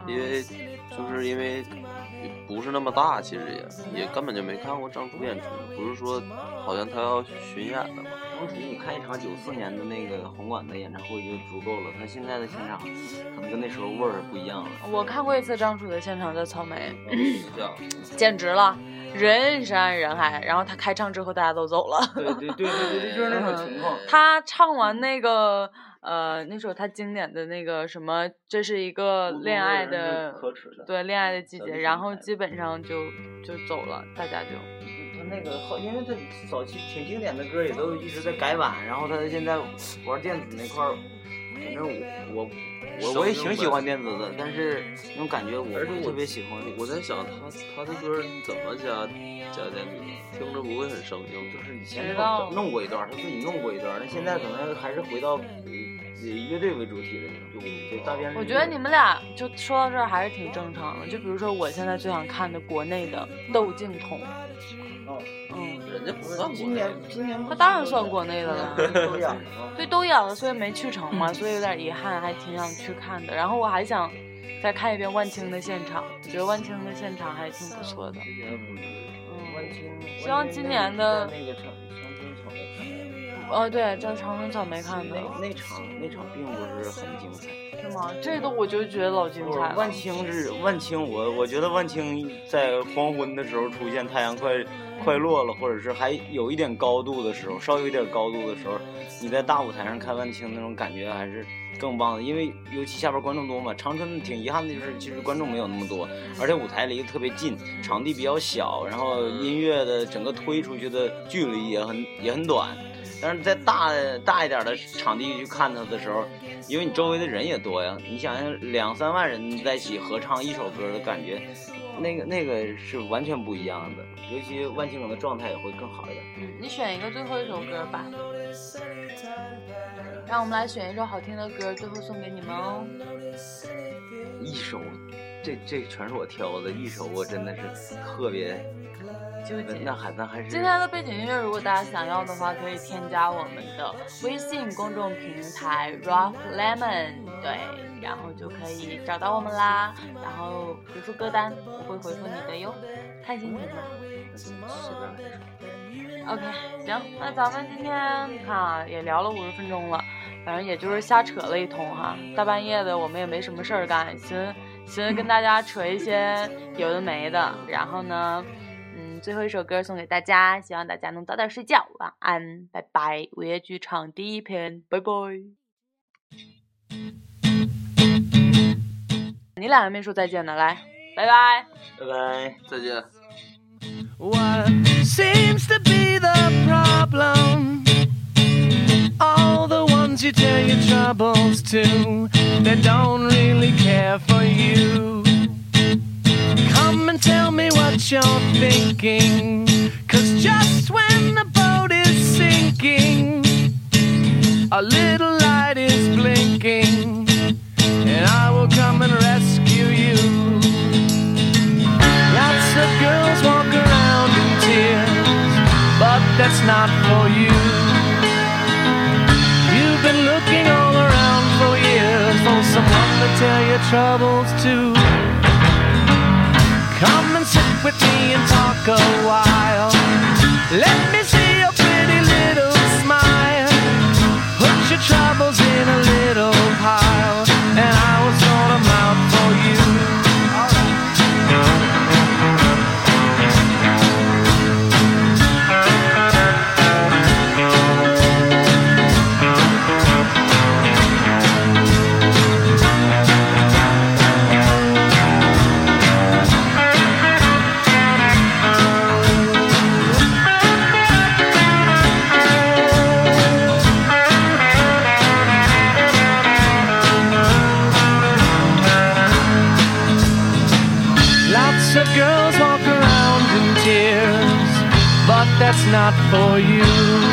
因为就是因为不是那么大，其实也也根本就没看过张楚演出，不是说好像他要巡演的嘛。 张楚你看一场九四年的那个红馆的演唱会就足够了，他现在的现场可能跟那时候味儿不一样了。 我看过一次张楚的现场，在草莓，简直了。人山人海，然后他开唱之后大家都走了。 对对对对对，就是那种情况。 他唱完那个呃那首他经典的那个什么，这是一个恋爱的， 可耻的， 对恋爱的季节，然后基本上就就走了，大家就。 他那个好，因为他早期挺经典的歌也都一直在改版，然后他现在玩电子那块儿，反正我我。我我也挺喜欢电子的，但是那种感觉我特别喜欢。 我在想他他的歌怎么加加电子，听着不会很生硬。 就是以前弄过一段，他自己弄过一段，那现在可能还是回到以乐队为主体的那种，就大编。 我觉得你们俩就说到这儿还是挺正常的。就比如说我现在最想看的国内的窦靖童。 哦， 嗯，人家不算今年，今年他当然算国内的了， 都演了， 对，都演了，所以没去成嘛，所以有点遗憾，还挺想去看的。然后我还想再看一遍万青的现场，我觉得万青的现场还挺不错的。 嗯，万青， 希望今年的那个长长春草莓看的。哦，对，在长春草莓看的。 那那场那场并不是很精彩。 是吗？这个我就觉得老精彩了。 万青是万青，我我觉得万青在黄昏的时候出现，太阳快快落了，或者是还有一点高度的时候，稍微有一点高度的时候，你在大舞台上看万青那种感觉还是更棒的。因为尤其下边观众多嘛，长春挺遗憾的就是其实观众没有那么多，而且舞台离得特别近，场地比较小，然后音乐的整个推出去的距离也很也很短。但是在大大一点的场地去看他的时候，因为你周围的人也多呀，你想想两三万人在一起合唱一首歌的感觉，那个那个是完全不一样的。尤其万青可能状态也会更好一点。 嗯，你选一个最后一首歌吧，让我们来选一首好听的歌，最后送给你们哦。 一首，这这全是我挑的，一首我真的是特别。那还那还是今天的背景音乐，如果大家想要的话，可以添加我们的微信公众平台 Rock Lemon， 对，然后就可以找到我们啦。然后回复歌单，我会回复你的哟。看心情吧。OK， 行，那咱们今天看啊也聊了五十分钟了，反正也就是瞎扯了一通哈。大半夜的我们也没什么事儿干，寻寻思跟大家扯一些有的没的，然后呢。嗯，最后一首歌送给大家，希望大家能早点睡觉，晚安，拜拜。午夜剧场第一篇，拜拜。你俩还没说再见呢，来，拜拜， 拜拜， 再见。 What seems to be the problem? All the ones you tell your troubles to, they don't really care for you. Come and tell me what you're thinking, 'cause just when the boat is sinking, a little light is blinking, and I will come and rescue you. Lots of girls walk around in tears, but that's not for you. You've been looking all around for years for someone to tell your troubles to. Come and sit with me and talk a while. Let me see your pretty little smile. Put your troubles in a little pile, and I will sort them out for you. Girls walk around in tears, but that's not for you.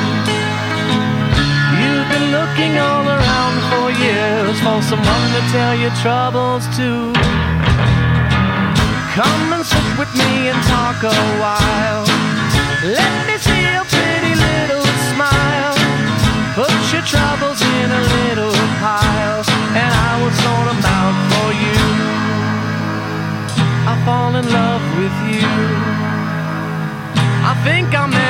You've been looking all around for years for someone to tell your troubles to. Come and sit with me and talk a while. Let me see your pretty little smile. Put your troubles in a little pile, and I will sort them out for you. with you. I think I'll